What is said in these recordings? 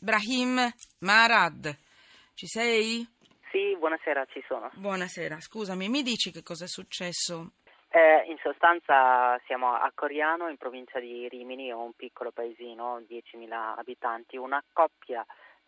Brahim Mahrad, ci sei? Sì, buonasera, ci sono. Buonasera, scusami, mi dici che cosa è successo? In sostanza siamo a Coriano, in provincia di Rimini, un piccolo paesino, 10.000 abitanti. Una coppia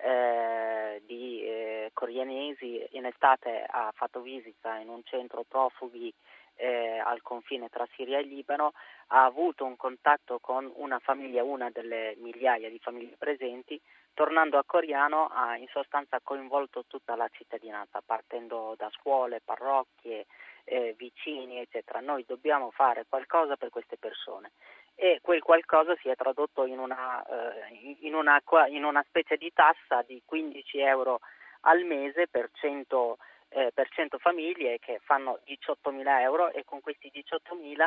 di corianesi in estate ha fatto visita in un centro profughi al confine tra Siria e Libano, ha avuto un contatto con una famiglia, una delle migliaia di famiglie presenti. Tornando a Coriano ha in sostanza coinvolto tutta la cittadinanza, partendo da scuole, parrocchie, vicini, eccetera. Noi dobbiamo fare qualcosa per queste persone e quel qualcosa si è tradotto in una specie di tassa di 15 euro al mese per 100 famiglie che fanno 18.000 euro, e con questi 18.000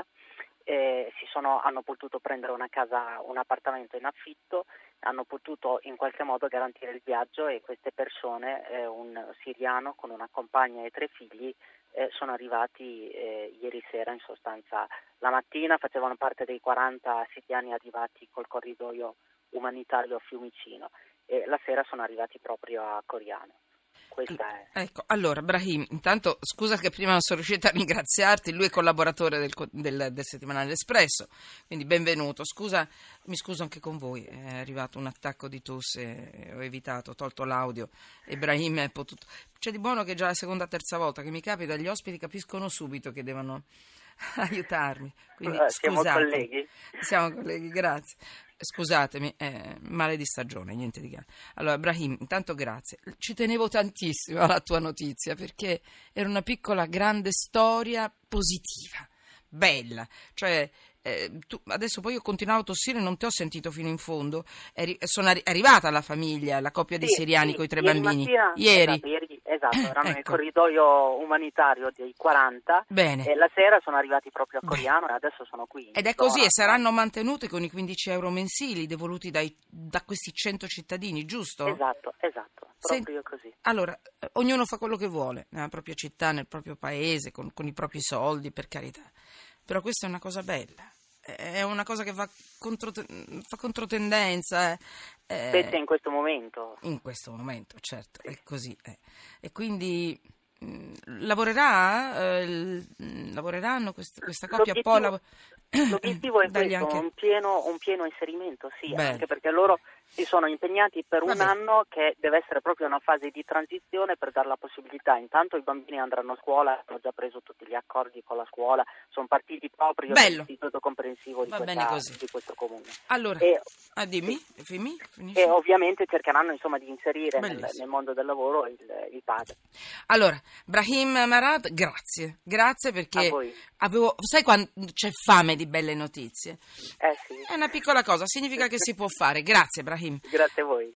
hanno potuto prendere una casa, un appartamento in affitto, hanno potuto in qualche modo garantire il viaggio, e queste persone, un siriano con una compagna e 3 figli, sono arrivati ieri sera, in sostanza la mattina. Facevano parte dei 40 siriani arrivati col corridoio umanitario a Fiumicino, e la sera sono arrivati proprio a Coriano. Questa è. Ecco, allora Brahim, intanto scusa che prima non sono riuscita a ringraziarti, lui è collaboratore del settimanale L'Espresso, quindi benvenuto. Mi scuso anche con voi, è arrivato un attacco di tosse, ho evitato, ho tolto l'audio e Brahim è potuto. C'è di buono che già la seconda, terza volta che mi capita, gli ospiti capiscono subito che devono aiutarmi, quindi Siamo colleghi? Siamo colleghi, grazie. Scusatemi, male di stagione, niente di grave. Allora, Brahim, intanto grazie. Ci tenevo tantissimo alla tua notizia, perché era una piccola, grande storia positiva, bella. Cioè, adesso poi io continuavo a tossire, non ti ho sentito fino in fondo. Sono arrivata la famiglia, la coppia di siriani con i 3 bambini. Mattina, Ieri. Esatto, erano Ecco. nel corridoio umanitario dei 40. Bene. E la sera sono arrivati proprio a Coriano. Bene. E adesso sono qui. Ed è così, e saranno mantenuti con i 15 euro mensili devoluti da questi 100 cittadini, giusto? Esatto, proprio così. Allora, ognuno fa quello che vuole nella propria città, nel proprio paese, con i propri soldi, per carità. Però questa è una cosa bella, è una cosa che fa controtendenza. Specie in questo momento. In questo momento, certo, sì. È così. E quindi lavoreranno questa coppia L'obiettivo è questo, anche un pieno inserimento, sì. Beh. Anche perché loro si sono impegnati per un anno, che deve essere proprio una fase di transizione per dare la possibilità. Intanto i bambini andranno a scuola, hanno già preso tutti gli accordi con la scuola, sono partiti proprio dall'istituto comprensivo di questo comune. Allora, dimmi, finisci. E ovviamente cercheranno di inserire nel mondo del lavoro il padre. Allora, Brahim Mahrad, grazie perché a voi. Sai quando c'è fame di belle notizie? Sì. È una piccola cosa, significa che si può fare. Grazie Brahim. Grazie a voi.